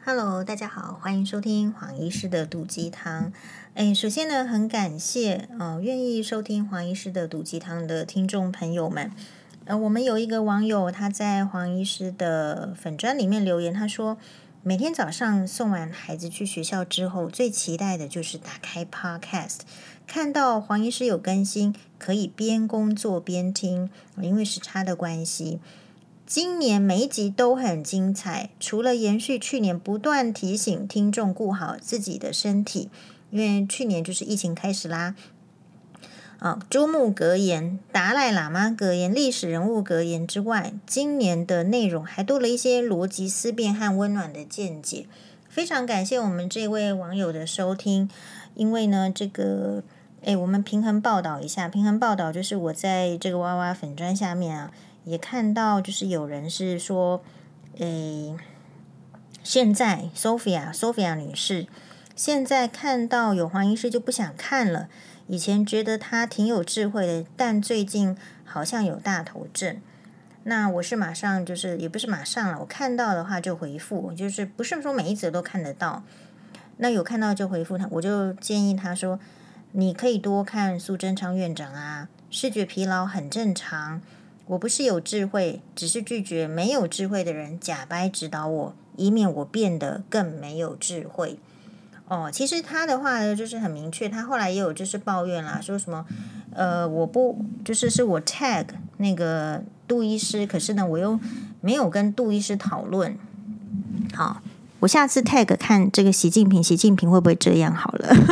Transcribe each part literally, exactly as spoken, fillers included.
Hello， 大家好，欢迎收听黄医师的毒鸡汤。哎，首先呢，很感谢呃愿意收听黄医师的毒鸡汤的听众朋友们。呃，我们有一个网友他在黄医师的粉专里面留言，他说每天早上送完孩子去学校之后，最期待的就是打开 Podcast， 看到黄医师有更新，可以边工作边听，因为时差的关系。今年每一集都很精彩，除了延续去年不断提醒听众顾好自己的身体，因为去年就是疫情开始啦。啊，周牧格言、达赖喇嘛格言、历史人物格言之外，今年的内容还多了一些逻辑思辨和温暖的见解。非常感谢我们这位网友的收听，因为呢，这个，哎，我们平衡报道一下，平衡报道就是我在这个娃娃粉专下面啊。也看到，就是有人是说，诶，现在 Sophia Sophia 女士，现在看到有黄医师就不想看了。以前觉得她挺有智慧的，但最近好像有大头症。那我是马上就是也不是马上了，我看到的话就回复，就是不是说每一则都看得到。那有看到就回复他，我就建议他说，你可以多看苏贞昌院长啊，视觉疲劳很正常。我不是有智慧，只是拒绝没有智慧的人假掰指导我，以免我变得更没有智慧。哦，其实他的话呢，就是很明确，他后来也有就是抱怨啦，说什么呃，我不就是是我 tag 那个杜医师，可是呢，我又没有跟杜医师讨论。好，我下次 tag 看这个习近平，习近平会不会这样好了？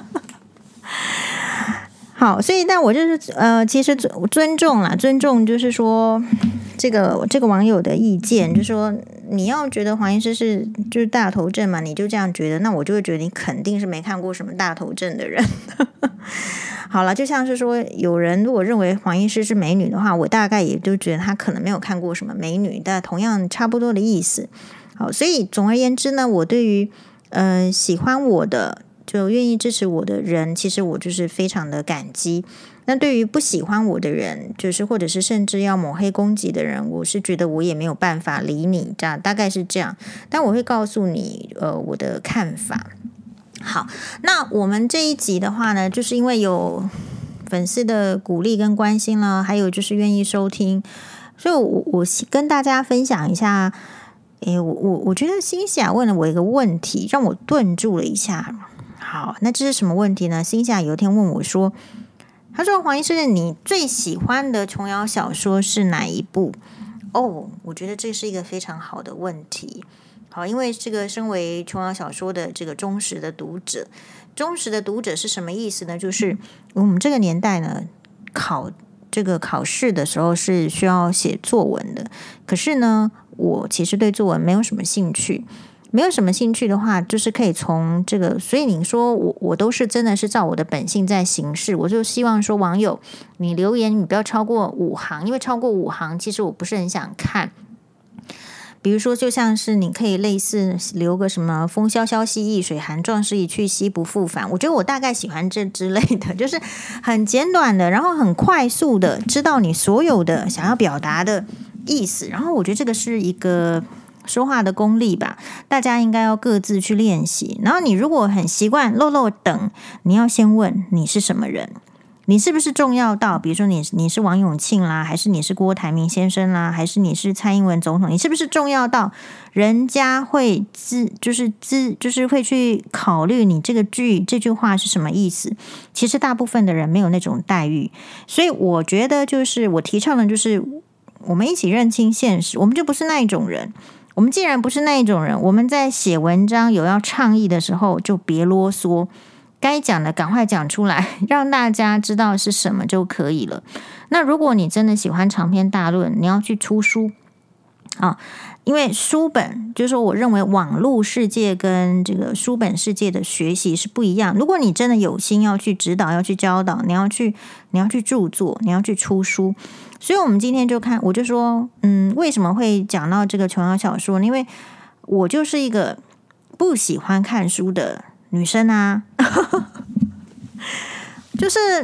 好，所以但我就是呃，其实尊尊重啦，尊重就是说这个这个网友的意见，就是说你要觉得黄医师是就是大头症嘛，你就这样觉得，那我就会觉得你肯定是没看过什么大头症的人。好了，就像是说有人如果认为黄医师是美女的话，我大概也就觉得他可能没有看过什么美女，但同样差不多的意思。好，所以总而言之呢，我对于呃喜欢我的。就愿意支持我的人，其实我就是非常的感激。那对于不喜欢我的人，就是或者是甚至要抹黑攻击的人，我是觉得我也没有办法理你，这样大概是这样。但我会告诉你，呃，我的看法。好，那我们这一集的话呢，就是因为有粉丝的鼓励跟关心了，还有就是愿意收听，所以我我跟大家分享一下。诶，我我我觉得辛西亚问了我一个问题，让我顿住了一下。好，那这是什么问题呢？辛西亚有一天问我说，他说黄医师，你最喜欢的琼瑶小说是哪一部？哦，我觉得这是一个非常好的问题。好，因为这个身为琼瑶小说的这个忠实的读者，忠实的读者是什么意思呢？就是我们这个年代呢，考这个考试的时候是需要写作文的，可是呢，我其实对作文没有什么兴趣。没有什么兴趣的话，就是可以从这个，所以你说我我都是真的是照我的本性在行事。我就希望说网友你留言你不要超过五行，因为超过五行其实我不是很想看。比如说就像是你可以类似留个什么风萧萧兮易水寒，壮士一去兮不复返。我觉得我大概喜欢这之类的，就是很简短的，然后很快速的知道你所有的想要表达的意思。然后我觉得这个是一个说话的功力吧，大家应该要各自去练习。然后你如果很习惯漏漏等，你要先问你是什么人，你是不是重要到，比如说你你是王永庆啦，还是你是郭台铭先生啦，还是你是蔡英文总统，你是不是重要到人家会自就是自就是会去考虑你这个句这句话是什么意思？其实大部分的人没有那种待遇，所以我觉得就是我提倡的就是我们一起认清现实，我们就不是那一种人。我们既然不是那一种人，我们在写文章有要倡议的时候就别啰嗦，该讲的赶快讲出来，让大家知道是什么就可以了。那如果你真的喜欢长篇大论，你要去出书啊，因为书本就是说我认为网络世界跟这个书本世界的学习是不一样。如果你真的有心要去指导，要去教导，你要去你要去著作，你要去出书。所以我们今天就看，我就说嗯，为什么会讲到这个琼瑶小说呢？因为我就是一个不喜欢看书的女生啊。就是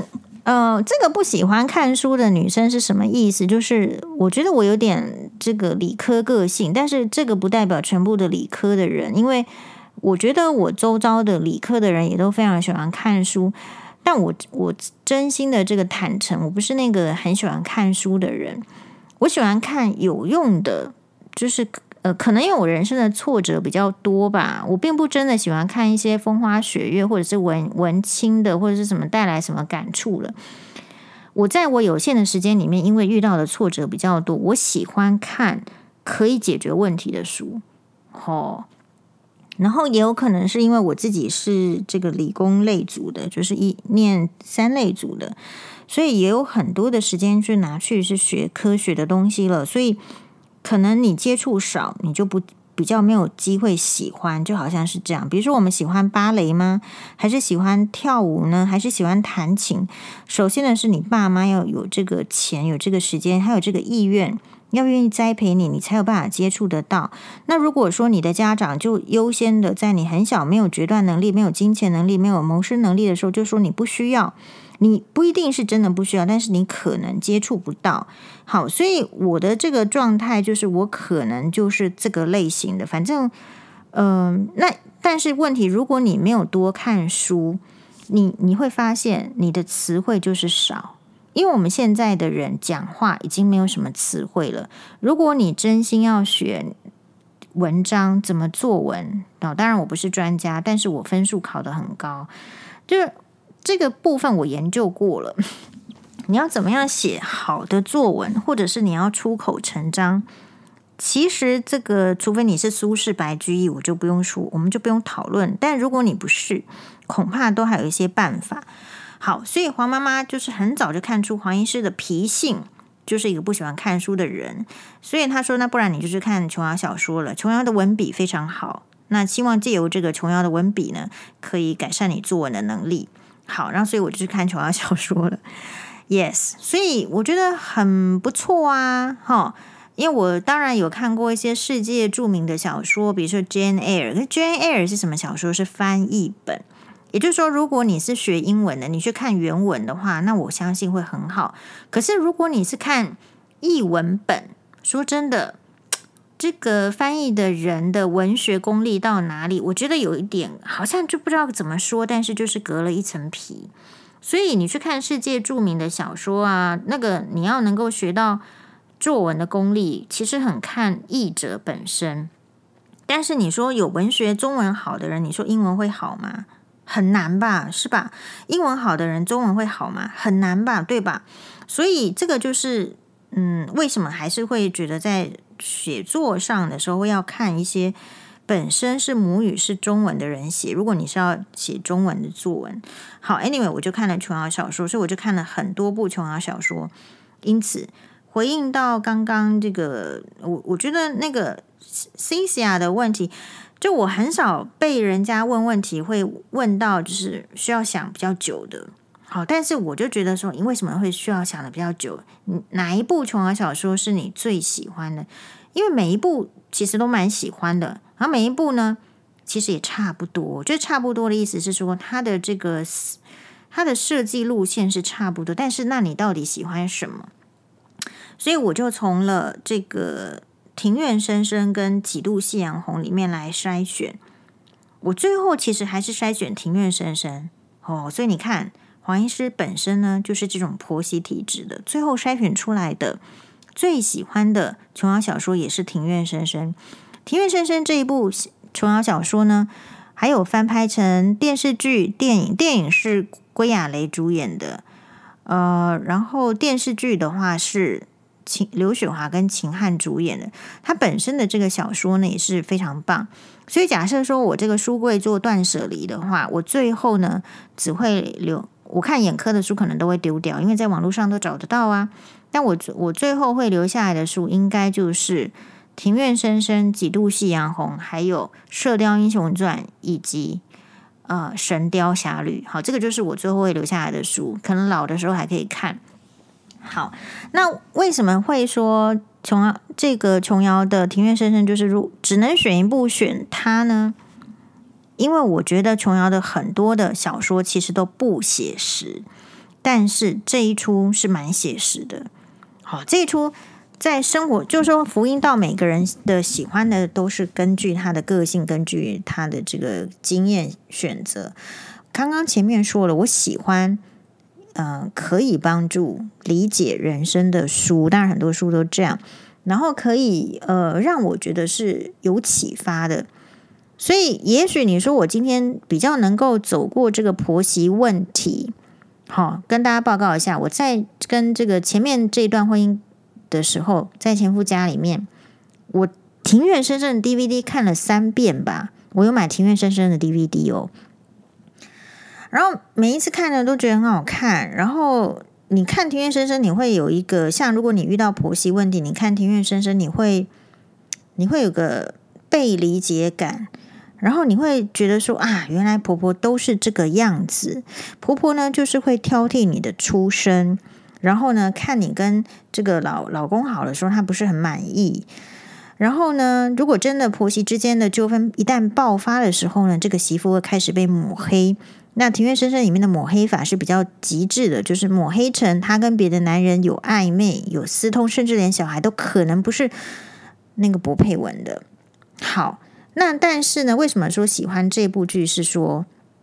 呃，这个不喜欢看书的女生是什么意思？就是我觉得我有点这个理科个性，但是这个不代表全部的理科的人，因为我觉得我周遭的理科的人也都非常喜欢看书，但我我真心的这个坦诚，我不是那个很喜欢看书的人，我喜欢看有用的，就是呃，可能因为我人生的挫折比较多吧，我并不真的喜欢看一些风花雪月或者是文文青的，或者是什么带来什么感触了。我在我有限的时间里面，因为遇到的挫折比较多，我喜欢看可以解决问题的书。哦，然后也有可能是因为我自己是这个理工类组的，就是一念三类组的，所以也有很多的时间去拿去是学科学的东西了，所以可能你接触少，你就不比较没有机会喜欢，就好像是这样。比如说我们喜欢芭蕾吗？还是喜欢跳舞呢？还是喜欢弹琴？首先呢，是你爸妈要有这个钱，有这个时间，还有这个意愿，要愿意栽培你，你才有办法接触得到。那如果说你的家长就优先的在你很小没有决断能力、没有金钱能力、没有谋生能力的时候，就说你不需要，你不一定是真的不需要，但是你可能接触不到。好，所以我的这个状态就是我可能就是这个类型的，反正嗯、呃，那但是问题，如果你没有多看书，你你会发现你的词汇就是少。因为我们现在的人讲话已经没有什么词汇了。如果你真心要学文章怎么作文，哦，当然我不是专家，但是我分数考得很高，就是这个部分我研究过了。你要怎么样写好的作文，或者是你要出口成章，其实这个除非你是苏轼、白居易，我就不用说，我们就不用讨论。但如果你不是，恐怕都还有一些办法。好，所以黄妈妈就是很早就看出黄医师的脾性就是一个不喜欢看书的人，所以她说那不然你就去看琼瑶小说了，琼瑶的文笔非常好，那希望借由这个琼瑶的文笔呢，可以改善你作文的能力。好，然后所以我就去看琼瑶小说了。Yes， 所以我觉得很不错啊，哈，因为我当然有看过一些世界著名的小说，比如说 Jane Eyre， 可是 Jane Eyre 是什么小说？是翻译本。也就是说，如果你是学英文的，你去看原文的话，那我相信会很好。可是如果你是看译文本，说真的，这个翻译的人的文学功力到哪里？我觉得有一点好像就不知道怎么说，但是就是隔了一层皮。所以你去看世界著名的小说啊，那个你要能够学到作文的功力，其实很看译者本身。但是你说有文学中文好的人，你说英文会好吗？很难吧，是吧？英文好的人中文会好吗？很难吧，对吧？所以这个就是嗯，为什么还是会觉得在写作上的时候要看一些本身是母语是中文的人写，如果你是要写中文的作文。好 anyway 我就看了琼瑶小说，所以我就看了很多部琼瑶小说。因此回应到刚刚这个我我觉得那个 Cynthia 的问题，就我很少被人家问问题会问到就是需要想比较久的。好，但是我就觉得说你为什么会需要想的比较久，哪一部琼瑶小说是你最喜欢的？因为每一部其实都蛮喜欢的，然后每一部呢其实也差不多，就差不多的意思是说它的这个它的设计路线是差不多，但是那你到底喜欢什么？所以我就从了这个庭院深深跟几度夕阳红里面来筛选，我最后其实还是筛选庭院深深哦。所以你看黄医师本身呢就是这种婆媳体质的，最后筛选出来的最喜欢的琼瑶小说也是庭院深深。庭院深深这一部琼瑶小说呢还有翻拍成电视剧、电影，电影是归亚蕾主演的，呃，然后电视剧的话是秦刘雪华跟秦汉主演的，他本身的这个小说呢也是非常棒。所以假设说我这个书柜做断舍离的话，我最后呢只会留，我看眼科的书可能都会丢掉，因为在网络上都找得到啊。但我我最后会留下来的书，应该就是庭院深深、几度夕阳红，还有射雕英雄传以及呃神雕侠侣。好，这个就是我最后会留下来的书，可能老的时候还可以看。好，那为什么会说琼瑶这个琼瑶的庭院深深就是如只能选一部选它呢？因为我觉得琼瑶的很多的小说其实都不写实， 但是这一出是蛮写实的。好，这一出在生活，就是说福音到每个人的喜欢的都是根据他的个性，根据他的这个经验选择。刚刚前面说了，我喜欢呃可以帮助理解人生的书，当然很多书都这样，然后可以呃让我觉得是有启发的。所以也许你说我今天比较能够走过这个婆媳问题，好，跟大家报告一下，我在跟这个前面这段婚姻的时候，在前夫家里面，我庭院深深的 D V D 看了三遍吧，我有买庭院深深的 D V D 哦，然后每一次看呢都觉得很好看。然后你看庭院深深，你会有一个像如果你遇到婆媳问题，你看庭院深深，你会你会有个被理解感。然后你会觉得说啊，原来婆婆都是这个样子。婆婆呢，就是会挑剔你的出身，然后呢，看你跟这个老老公好的时候，她不是很满意。然后呢，如果真的婆媳之间的纠纷一旦爆发的时候呢，这个媳妇会开始被抹黑。那庭院深深里面的抹黑法是比较极致的，就是抹黑成她跟别的男人有暧昧、有私通，甚至连小孩都可能不是那个薄佩文的。好。那但是呢，为什么说喜欢这部剧？是说，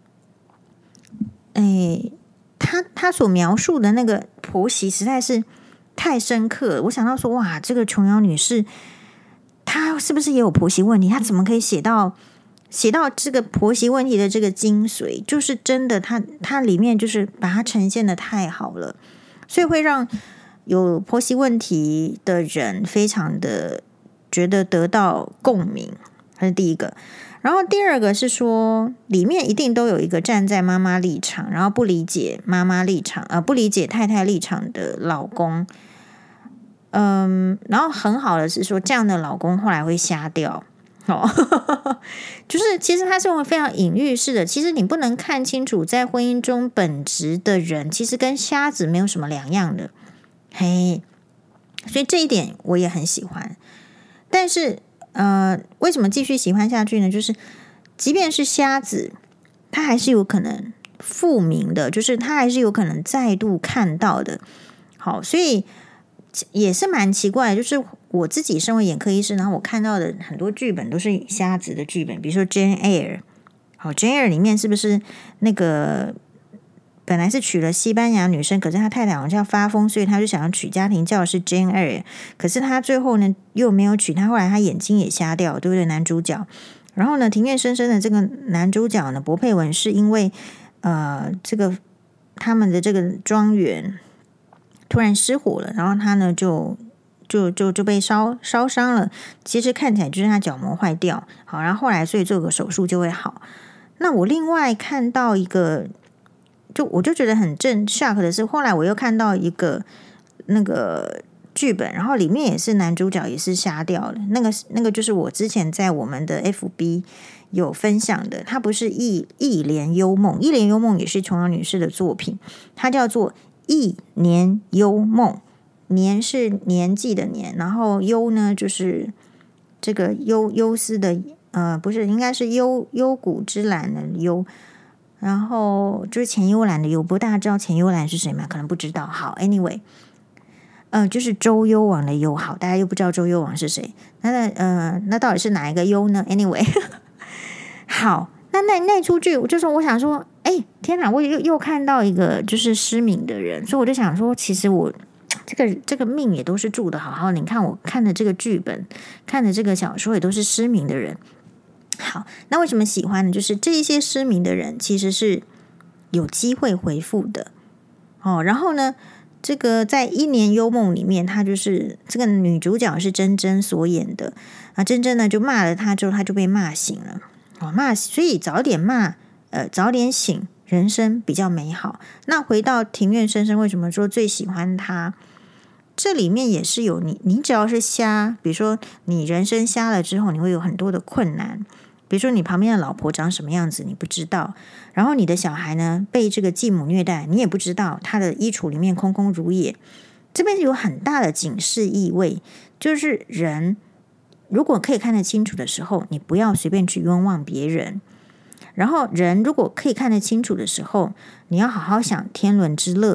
哎，他他所描述的那个婆媳实在是太深刻了。我想到说，哇，这个琼瑶女士，她是不是也有婆媳问题？她怎么可以写到写到这个婆媳问题的这个精髓？就是真的，她她里面就是把它呈现的太好了，所以会让有婆媳问题的人非常的觉得得到共鸣。这是第一个。然后第二个是说，里面一定都有一个站在妈妈立场，然后不理解妈妈立场，呃，不理解太太立场的老公。嗯，然后很好的是说，这样的老公后来会瞎掉。哦，就是其实他是用非常隐喻式的，其实你不能看清楚在婚姻中本质的人，其实跟瞎子没有什么两样的。嘿，所以这一点我也很喜欢。但是呃，为什么继续喜欢下去呢？就是即便是瞎子，他还是有可能复明的，就是他还是有可能再度看到的。好，所以也是蛮奇怪的，就是我自己身为眼科医师，然后我看到的很多剧本都是瞎子的剧本，比如说 Jane Eyre。好 Jane Eyre 里面是不是那个本来是娶了西班牙女生，可是他太太好像发疯，所以他就想要娶家庭教师 Jane Eyre， 可是他最后呢又没有娶她，后来他眼睛也瞎掉，对不对？男主角。然后呢，庭院深深的这个男主角呢，薄佩文是因为呃这个他们的这个庄园突然失火了，然后他呢就就就就被烧烧伤了，其实看起来就是他角膜坏掉，好，然后后来所以做个手术就会好。那我另外看到一个。就我就觉得很震 shock 的是，后来我又看到一个那个剧本，然后里面也是男主角也是瞎掉了。那个那个就是我之前在我们的 F B 有分享的，它不是一一帘幽梦，一帘幽梦也是琼瑶女士的作品，它叫做一年幽梦。年是年纪的年，然后幽呢就是这个幽幽思的呃不是，应该是幽幽谷之兰的幽。然后就是钱幽兰的幽，不过大家知道钱幽兰是谁吗？可能不知道。好 ，anyway， 呃，就是周幽王的幽。好，大家又不知道周幽王是谁，那那呃，那到底是哪一个幽呢 ？anyway， 好，那那那出剧，我就说我想说，哎，天哪，我又又看到一个就是失明的人，所以我就想说，其实我这个这个命也都是住的好好。你看我看的这个剧本，看的这个小说也都是失明的人。好，那为什么喜欢呢？就是这一些失明的人其实是有机会回复的哦。然后呢，这个在一年幽梦里面，她就是这个女主角是珍珍所演的啊。珍珍呢就骂了她之后，她就被骂醒了哦，骂所以早点骂，呃，早点醒，人生比较美好。那回到庭院深深，为什么说最喜欢她？这里面也是有你，你只要是瞎，比如说你人生瞎了之后，你会有很多的困难。比如说你旁边的老婆长什么样子你不知道，然后你的小孩呢被这个继母虐待你也不知道，他的衣橱里面空空如也。这边有很大的警示意味，就是人如果可以看得清楚的时候，你不要随便去冤枉别人。然后人如果可以看得清楚的时候，你要好好想天伦之乐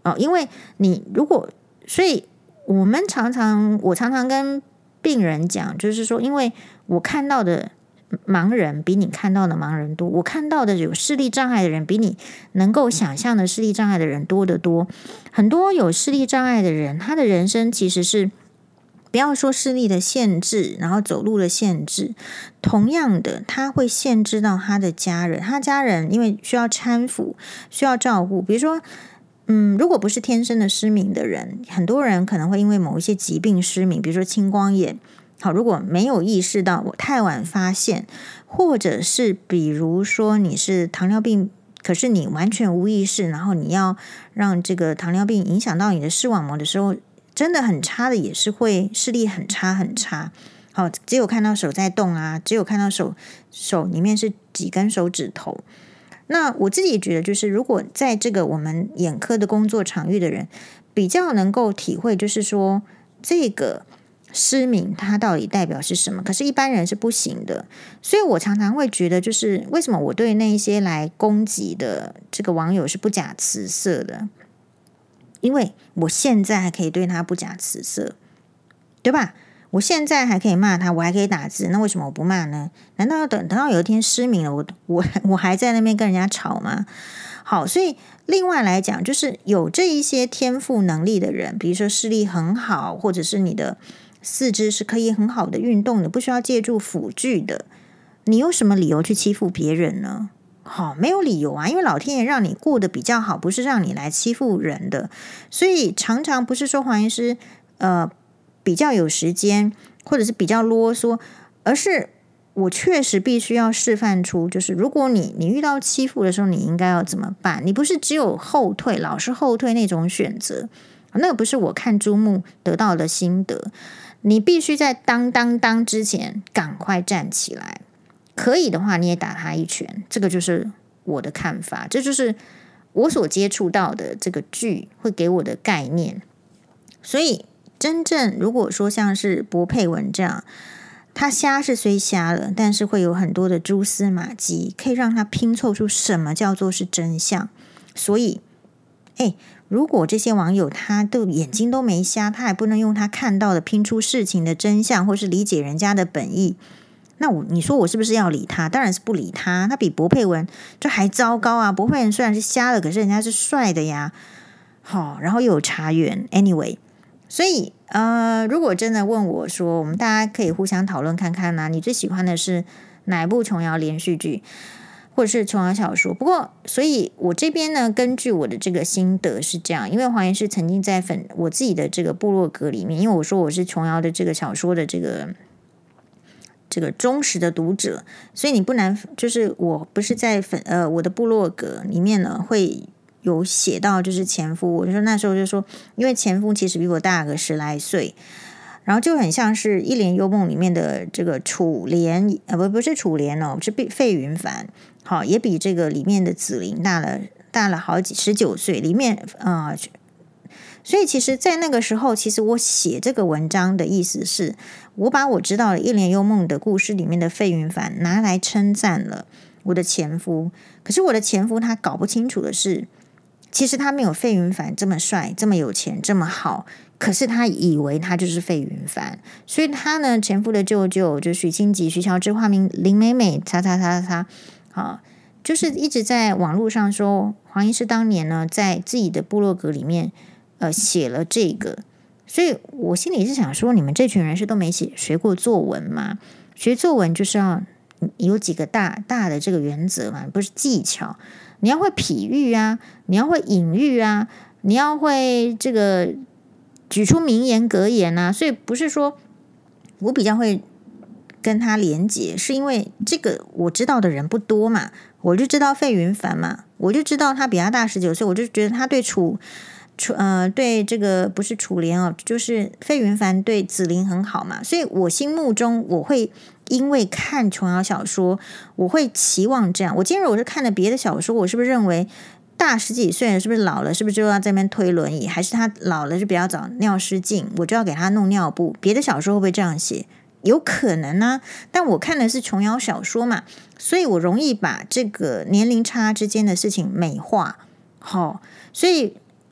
哦，因为你如果，所以我们常常，我常常跟病人讲，就是说，因为我看到的盲人比你看到的盲人多，我看到的有视力障碍的人比你能够想象的视力障碍的人多得多。很多有视力障碍的人，他的人生其实是不要说视力的限制，然后走路的限制，同样的，他会限制到他的家人，他家人因为需要搀扶，需要照顾，比如说。嗯，如果不是天生的失明的人，很多人可能会因为某一些疾病失明，比如说青光眼。好，如果没有意识到，我太晚发现，或者是比如说你是糖尿病，可是你完全无意识，然后你要让这个糖尿病影响到你的视网膜的时候，真的很差的也是会视力很差很差。好，只有看到手在动啊，只有看到手手里面是几根手指头。那我自己觉得，就是如果在这个我们眼科的工作场域的人，比较能够体会，就是说这个失明它到底代表是什么？可是，一般人是不行的。所以我常常会觉得，就是为什么我对那一些来攻击的这个网友是不假辞色的？因为我现在还可以对他不假辞色，对吧？我现在还可以骂他，我还可以打字，那为什么我不骂呢？难道要等等到有一天失明了，我我我还在那边跟人家吵吗？好，所以另外来讲，就是有这一些天赋能力的人，比如说视力很好，或者是你的四肢是可以很好的运动的，不需要借助辅具的，你有什么理由去欺负别人呢？好，没有理由啊，因为老天爷让你过得比较好，不是让你来欺负人的。所以常常不是说黄医师呃。比较有时间，或者是比较啰嗦，而是我确实必须要示范出，就是如果你你遇到欺负的时候，你应该要怎么办？你不是只有后退，老是后退那种选择，那个不是我看珠穆得到的心得。你必须在当当当之前赶快站起来，可以的话你也打他一拳，这个就是我的看法，这就是我所接触到的这个剧会给我的概念，所以。真正如果说像是柏佩文这样，他瞎是虽瞎了，但是会有很多的蛛丝马迹，可以让他拼凑出什么叫做是真相。所以，哎，如果这些网友他都眼睛都没瞎，他还不能用他看到的拼出事情的真相，或是理解人家的本意，那我你说我是不是要理他？当然是不理他。他比柏佩文就还糟糕啊！柏佩文虽然是瞎了，可是人家是帅的呀。好，然后又有茶园 ，anyway。所以，呃，如果真的问我说，我们大家可以互相讨论看看啊，你最喜欢的是哪一部琼瑶连续剧，或者是琼瑶小说？不过，所以我这边呢，根据我的这个心得是这样，因为黄医师曾经在粉我自己的这个部落格里面，因为我说我是琼瑶的这个小说的这个这个忠实的读者，所以你不难，就是我不是在粉呃我的部落格里面呢会。有写到就是前夫，我就说那时候就说，因为前夫其实比我大个十来岁，然后就很像是《一帘幽梦》里面的这个楚濂，呃不不是楚濂哦，是费云凡，好也比这个里面的紫菱大了大了好几十九岁，里面啊、呃，所以其实，在那个时候，其实我写这个文章的意思是，我把我知道的《一帘幽梦》的故事里面的费云凡拿来称赞了我的前夫，可是我的前夫他搞不清楚的是。其实他没有费云凡这么帅，这么有钱，这么好。可是他以为他就是费云凡，所以他呢，前夫的舅舅就许清吉、徐乔治、化名林美美，叉叉叉叉叉，好，就是一直在网络上说黄医师当年呢，在自己的部落格里面，呃，写了这个。所以我心里是想说，你们这群人是都没写学过作文吗？学作文就是要有几个大大的这个原则嘛，不是技巧。你要会比喻啊，你要会隐喻啊，你要会这个举出名言格言啊，所以不是说我比较会跟他连结，是因为这个我知道的人不多嘛，我就知道费云凡嘛，我就知道他比他大十九岁，我就觉得他对楚楚呃对这个不是楚濂哦，就是费云凡对紫菱很好嘛，所以我心目中我会。因为看琼瑶小说，我会期望这样。我今日我是看了别的小说，我是不是认为大十几岁了，是不是老了，是不是就要在那边推轮椅？还是他老了就比较早尿失禁，我就要给他弄尿布？别的小说会不会这样写？有可能啊，但我看的是琼瑶小说嘛，所以我容易把这个年龄差之间的事情美化。好、哦，所以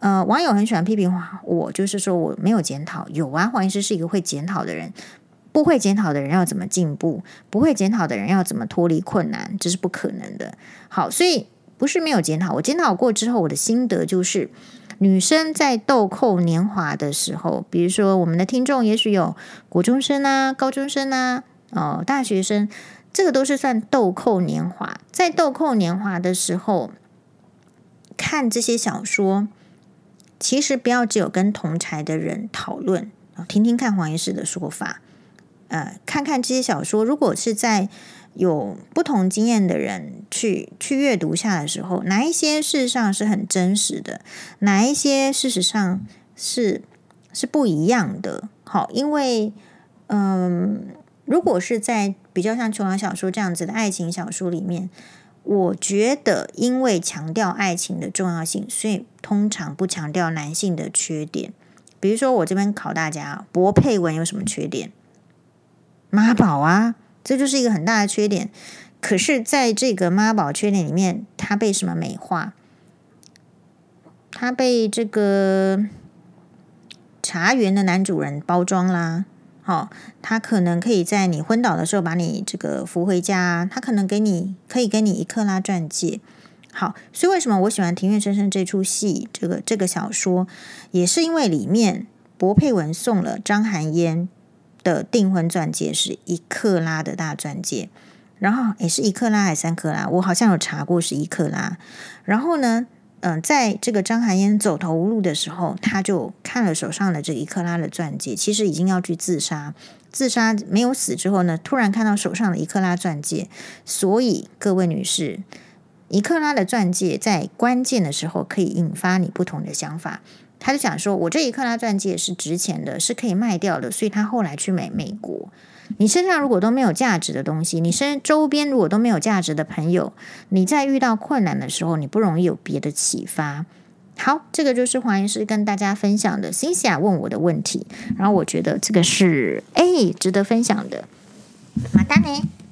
呃，网友很喜欢批评我，就是说我没有检讨。有啊，黄医师是一个会检讨的人。不会检讨的人要怎么进步？不会检讨的人要怎么脱离困难？这是不可能的。好，所以不是没有检讨，我检讨过之后，我的心得就是，女生在豆蔻年华的时候，比如说我们的听众也许有国中生啊、高中生啊、哦大学生，这个都是算豆蔻年华。在豆蔻年华的时候，看这些小说，其实不要只有跟同侪的人讨论，听听看黄医师的说法。呃，看看这些小说，如果是在有不同经验的人去去阅读下的时候，哪一些事实上是很真实的，哪一些事实上是是不一样的。好，因为嗯，如果是在比较像琼瑶小说这样子的爱情小说里面，我觉得因为强调爱情的重要性，所以通常不强调男性的缺点。比如说，我这边考大家，柏佩文有什么缺点？妈宝啊，这就是一个很大的缺点。可是在这个妈宝缺点里面，他被什么美化？他被这个茶园的男主人包装啦。好、哦，他可能可以在你昏倒的时候把你这个扶回家，他可能给你可以给你一克拉钻戒。好，所以为什么我喜欢《庭院深深》这出戏，这个这个小说，也是因为里面柏佩文送了张含烟的订婚钻戒是一克拉的大钻戒，然后也是一克拉还是三克拉，我好像有查过是一克拉。然后呢，嗯、呃，在这个张含烟走投无路的时候，他就看了手上的这一克拉的钻戒，其实已经要去自杀，自杀没有死之后呢，突然看到手上的一克拉钻戒，所以各位女士，一克拉的钻戒在关键的时候可以引发你不同的想法。他就想说，我这一克拉钻戒是值钱的，是可以卖掉的，所以他后来去美美国。你身上如果都没有价值的东西，你身周边如果都没有价值的朋友，你在遇到困难的时候，你不容易有别的启发。好，这个就是黄医师跟大家分享的辛西亚问我的问题，然后我觉得这个是哎值得分享的。马丹呢？